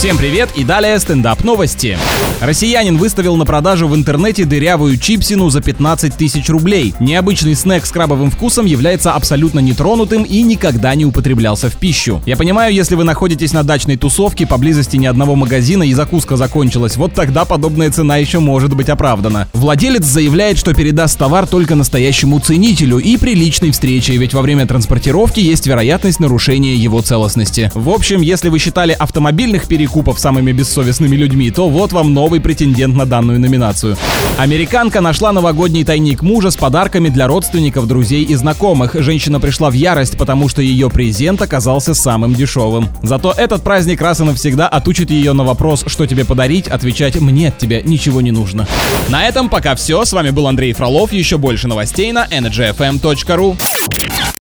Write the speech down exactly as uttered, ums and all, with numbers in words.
Всем привет и далее стендап новости. Россиянин выставил на продажу в интернете дырявую чипсину за пятнадцать тысяч рублей. Необычный снэк с крабовым вкусом является абсолютно нетронутым и никогда не употреблялся в пищу. Я понимаю, если вы находитесь на дачной тусовке, поблизости ни одного магазина и закуска закончилась, вот тогда подобная цена еще может быть оправдана. Владелец заявляет, что передаст товар только настоящему ценителю и при личной встрече, ведь во время транспортировки есть вероятность нарушения его целостности. В общем, если вы считали автомобильных перекупов самыми бессовестными людьми, то вот вам новый претендент на данную номинацию. Американка нашла новогодний тайник мужа с подарками для родственников, друзей и знакомых. Женщина пришла в ярость, потому что ее презент оказался самым дешевым. Зато этот праздник раз и навсегда отучит ее на вопрос, что тебе подарить, отвечать: «Мне от тебя ничего не нужно». На этом пока все. С вами был Андрей Фролов. Еще больше новостей на энерджи эф эм точка ру.